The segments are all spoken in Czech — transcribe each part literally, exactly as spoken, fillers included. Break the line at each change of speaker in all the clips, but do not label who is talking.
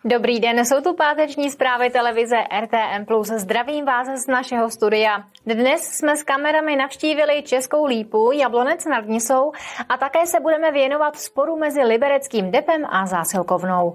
Dobrý den, jsou tu páteční zprávy televize R T M plus. Zdravím vás z našeho studia. Dnes jsme s kamerami navštívili Českou Lípu, Jablonec nad Nisou a také se budeme věnovat sporu mezi libereckým depem a zásilkovnou.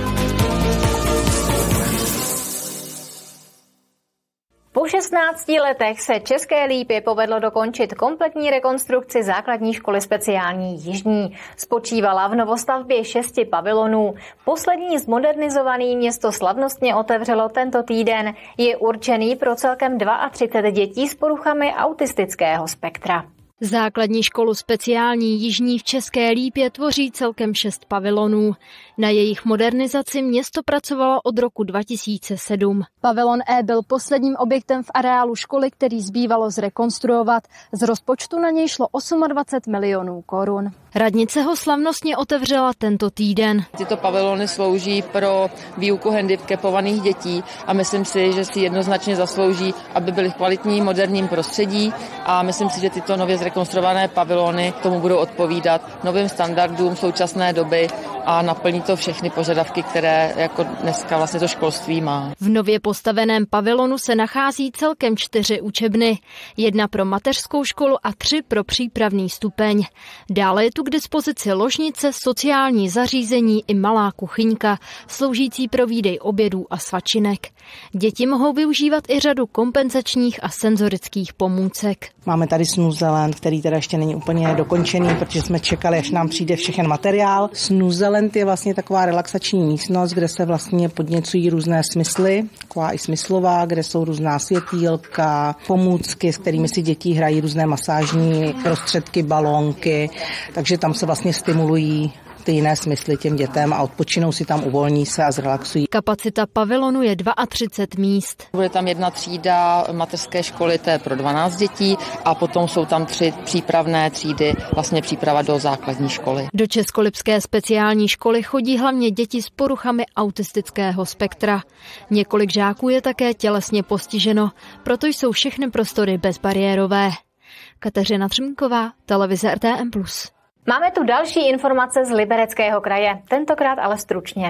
Po šestnácti letech se České Lípě povedlo dokončit kompletní rekonstrukci základní školy speciální Jižní. Spočívala v novostavbě šesti pavilonů. Poslední zmodernizovaný město slavnostně otevřelo tento týden. Je určený pro celkem třicet dva dětí s poruchami autistického spektra.
Základní školu speciální Jižní v České Lípě tvoří celkem šest pavilonů. Na jejich modernizaci město pracovalo od roku dva tisíce sedm. Pavilon E byl posledním objektem v areálu školy, který zbývalo zrekonstruovat. Z rozpočtu na něj šlo dvacet osm milionů korun. Radnice ho slavnostně otevřela tento týden.
Tyto pavilony slouží pro výuku handicapovaných dětí a myslím si, že si jednoznačně zaslouží, aby byly v kvalitním moderním prostředí a myslím si, že tyto nově zrekonstruované pavilony tomu budou odpovídat novým standardům současné doby a naplní to všechny požadavky, které jako dneska vlastně to školství má.
V nově postaveném pavilonu se nachází celkem čtyři učebny. Jedna pro mateřskou školu a tři pro přípravný stupeň. Dále je tu k dispozici ložnice, sociální zařízení i malá kuchyňka, sloužící pro výdej obědů a svačinek. Děti mohou využívat i řadu kompenzačních a senzorických pomůcek.
Máme tady Snuzeland, který teda ještě není úplně dokončený, protože jsme čekali, až nám přijde všechen materiál. Snuzeland je vlastně taková relaxační místnost, kde se vlastně podněcují různé smysly, taková i smyslová, kde jsou různá světýlka, pomůcky, s kterými si děti hrají různé masážní prostředky, balónky, takže tam se vlastně stimulují ty jiné smysly těm dětem a odpočinou si tam, uvolní se a zrelaxují.
Kapacita pavilonu je třicet dva míst.
Bude tam jedna třída mateřské školy, to je pro dvanáct dětí a potom jsou tam tři přípravné třídy, vlastně příprava do základní školy.
Do Českolipské speciální školy chodí hlavně děti s poruchami autistického spektra. Několik žáků je také tělesně postiženo, proto jsou všechny prostory bezbariérové. Kateřina Třmínková, televize R T M plus.
Máme tu další informace z Libereckého kraje, tentokrát ale stručně.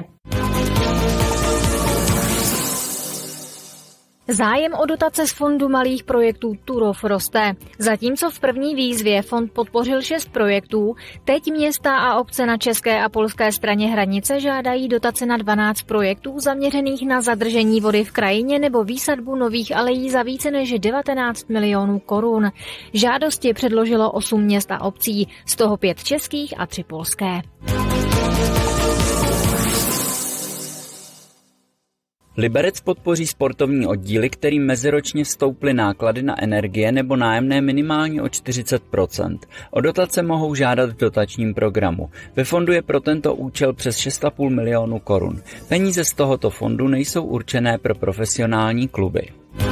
Zájem o dotace z fondu malých projektů Turów roste. Zatímco v první výzvě fond podpořil šest projektů, teď města a obce na české a polské straně hranice žádají dotace na dvanáct projektů zaměřených na zadržení vody v krajině nebo výsadbu nových alejí za více než devatenáct milionů korun. Žádosti předložilo osm měst a obcí, z toho pět českých a tři polské.
Liberec podpoří sportovní oddíly, kterým meziročně stouply náklady na energie nebo nájemné minimálně o čtyřicet procent. O dotace mohou žádat v dotačním programu. Ve fondu je pro tento účel přes šest a půl milionu korun. Peníze z tohoto fondu nejsou určené pro profesionální kluby.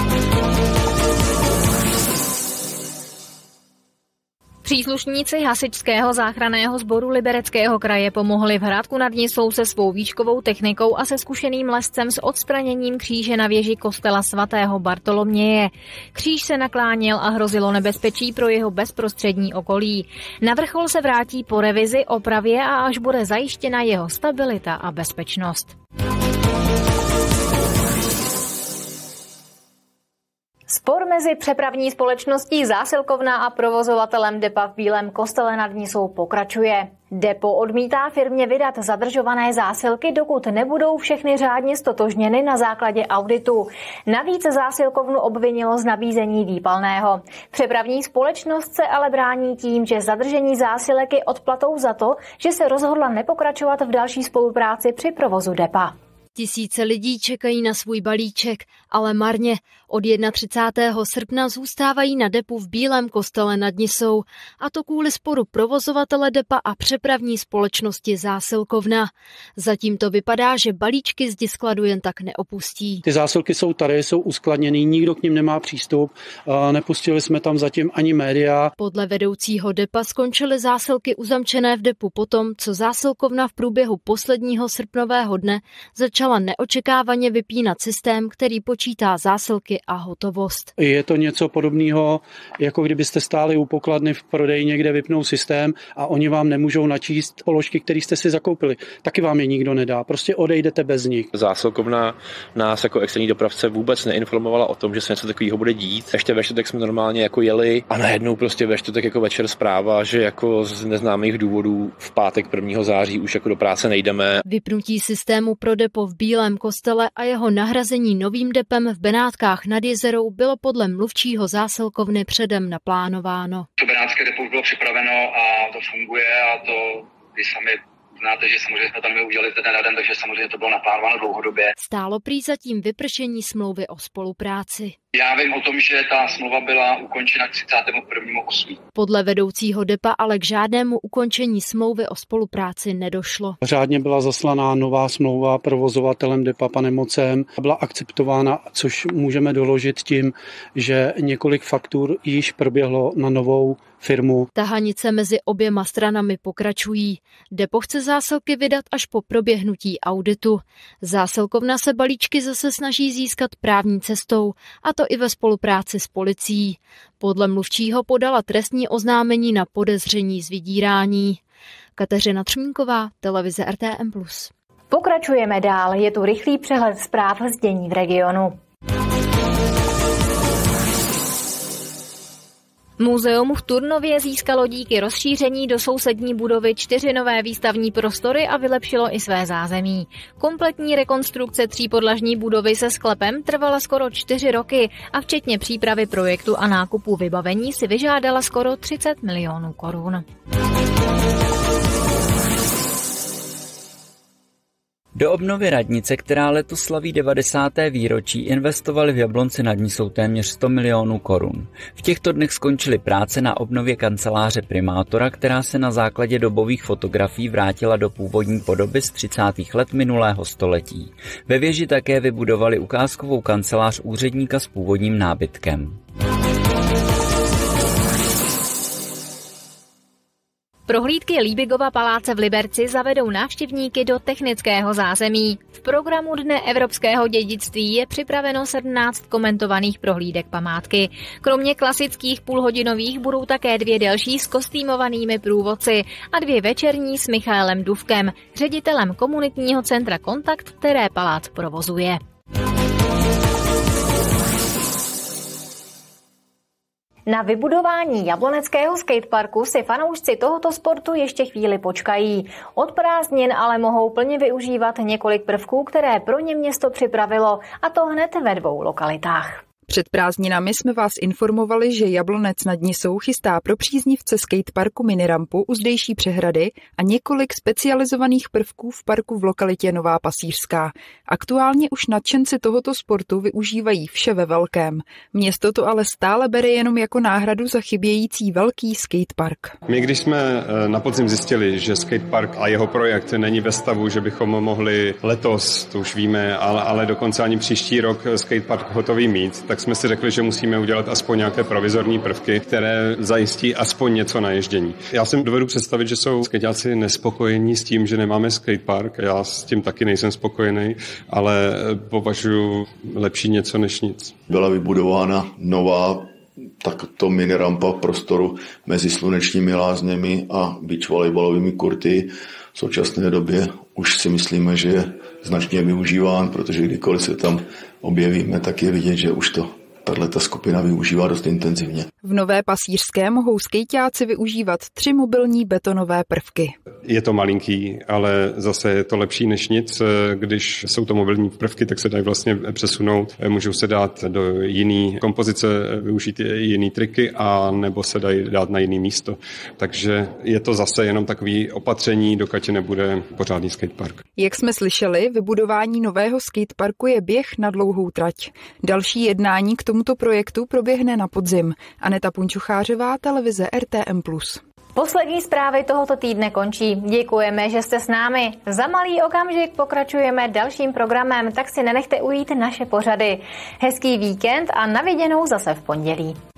Příslušníci hasičského záchranného sboru Libereckého kraje pomohli v Hrádku nad Nisou se svou výškovou technikou a se zkušeným lescem s odstraněním kříže na věži kostela svatého Bartoloměje. Kříž se nakláněl a hrozilo nebezpečí pro jeho bezprostřední okolí. Na vrchol se vrátí po revizi, opravě a až bude zajištěna jeho stabilita a bezpečnost. Spor mezi přepravní společností Zásilkovna a provozovatelem depa v Bílém Kostele nad Nisou pokračuje. Depo odmítá firmě vydat zadržované zásilky, dokud nebudou všechny řádně stotožněny na základě auditu. Navíc Zásilkovnu obvinilo z nabízení výpalného. Přepravní společnost se ale brání tím, že zadržení zásilek je odplatou za to, že se rozhodla nepokračovat v další spolupráci při provozu depa.
Tisíce lidí čekají na svůj balíček, ale marně. Od třicátého prvního srpna zůstávají na depu v Bílém Kostele nad Nisou, a to kvůli sporu provozovatele depa a přepravní společnosti Zásilkovna. Zatím to vypadá, že balíčky z skladu jen tak neopustí.
Ty zásilky jsou tady, jsou uskladněný, nikdo k nim nemá přístup, nepustili jsme tam zatím ani média.
Podle vedoucího depa skončily zásilky uzamčené v depu potom, co Zásilkovna v průběhu posledního srpnového dne začala začala neočekávaně vypínat systém, který počítá zásilky a hotovost.
Je to něco podobného, jako kdybyste stáli u pokladny v prodejně, kde vypnou systém a oni vám nemůžou načíst položky, které jste si zakoupili. Taky vám je nikdo nedá, prostě odejdete bez nich.
Zásilkovna nás jako externí dopravce vůbec neinformovala o tom, že se něco takového bude dít. Ještě ve čtvrtek jsme normálně jako jeli a najednou prostě ve čtvrtek jako večer zpráva, že jako z neznámých důvodů v pátek prvního září už jako do práce nejdeme.
Vypnutí systému pro depo v Bílém Kostele a jeho nahrazení novým depem v Benátkách nad Jizerou bylo podle mluvčího zásilkovny předem naplánováno.
To benátské depo už bylo připraveno a to funguje a to vy sami znáte, že samozřejmě jsme to neudělali ten na den, takže samozřejmě to bylo naplánováno dlouhodobě.
Stálo prý zatím vypršení smlouvy o spolupráci.
Já vím o tom, že ta smlouva byla ukončena k třicátému prvnímu osmého
Podle vedoucího depa ale k žádnému ukončení smlouvy o spolupráci nedošlo.
Řádně byla zaslaná nová smlouva provozovatelem depa panem Mocem. Byla akceptována, což můžeme doložit tím, že několik faktur již proběhlo na novou firmu.
Tahanice mezi oběma stranami pokračují. Depo chce zásilky vydat až po proběhnutí auditu. Zásilkovna se balíčky zase snaží získat právní cestou, a to i ve spolupráci s policií. Podle mluvčího podala trestní oznámení na podezření z vydírání. Kateřina Třmínková, televize R T M plus.
Pokračujeme dál, je tu rychlý přehled zpráv z dění v regionu. Muzeum v Turnově získalo díky rozšíření do sousední budovy čtyři nové výstavní prostory a vylepšilo i své zázemí. Kompletní rekonstrukce třípodlažní budovy se sklepem trvala skoro čtyři roky a včetně přípravy projektu a nákupu vybavení si vyžádala skoro třicet milionů korun.
Do obnovy radnice, která letos slaví devadesáté výročí, investovali v Jablonci nad Nisou téměř sto milionů korun. V těchto dnech skončily práce na obnově kanceláře primátora, která se na základě dobových fotografií vrátila do původní podoby z třicátých let minulého století. Ve věži také vybudovali ukázkovou kancelář úředníka s původním nábytkem.
Prohlídky Liebigova paláce v Liberci zavedou návštěvníky do technického zázemí. V programu Dne evropského dědictví je připraveno sedmnáct komentovaných prohlídek památky. Kromě klasických půlhodinových budou také dvě delší s kostýmovanými průvodci a dvě večerní s Michaelem Dufkem, ředitelem komunitního centra Kontakt, které palác provozuje. Na vybudování jabloneckého skateparku si fanoušci tohoto sportu ještě chvíli počkají. Od prázdnin ale mohou plně využívat několik prvků, které pro ně město připravilo, a to hned ve dvou lokalitách.
Před prázdninami jsme vás informovali, že Jablonec nad Nisou chystá pro příznivce skateparku minirampu u zdejší přehrady a několik specializovaných prvků v parku v lokalitě Nová Pasířská. Aktuálně už nadšenci tohoto sportu využívají vše ve velkém. Město to ale stále bere jenom jako náhradu za chybějící velký skatepark.
My, když jsme na podzim zjistili, že skatepark a jeho projekt není ve stavu, že bychom mohli letos, to už víme, ale, ale dokonce ani příští rok skatepark hotový mít, tak jsme si řekli, že musíme udělat aspoň nějaké provizorní prvky, které zajistí aspoň něco na ježdění. Já si dovedu představit, že jsou skateáci nespokojení s tím, že nemáme skatepark. Já s tím taky nejsem spokojený, ale považuji lepší něco než nic.
Byla vybudována nová takto minirampa v prostoru mezi slunečními lázněmi a beach volejbalovými kurty. V současné době už si myslíme, že je značně využíván, protože kdykoliv se tam objevíme, tak je vidět, že už to tato skupina využívá dost intenzivně.
V Nové Pasířské mohou skejťáci využívat tři mobilní betonové prvky.
Je to malinký, ale zase je to lepší než nic. Když jsou to mobilní prvky, tak se dají vlastně přesunout. Můžou se dát do jiné kompozice, využít jiné triky a nebo se dají dát na jiné místo. Takže je to zase jenom takový opatření, dokud nebude pořádný skatepark.
Jak jsme slyšeli, vybudování nového skateparku je běh na dlouhou trať. Další jednání k tomuto projektu proběhne na podzim. Aneta Punčuchářová, televize R T M plus.
Poslední zprávy tohoto týdne končí. Děkujeme, že jste s námi. Za malý okamžik pokračujeme dalším programem, tak si nenechte ujít naše pořady. Hezký víkend a na viděnou zase v pondělí.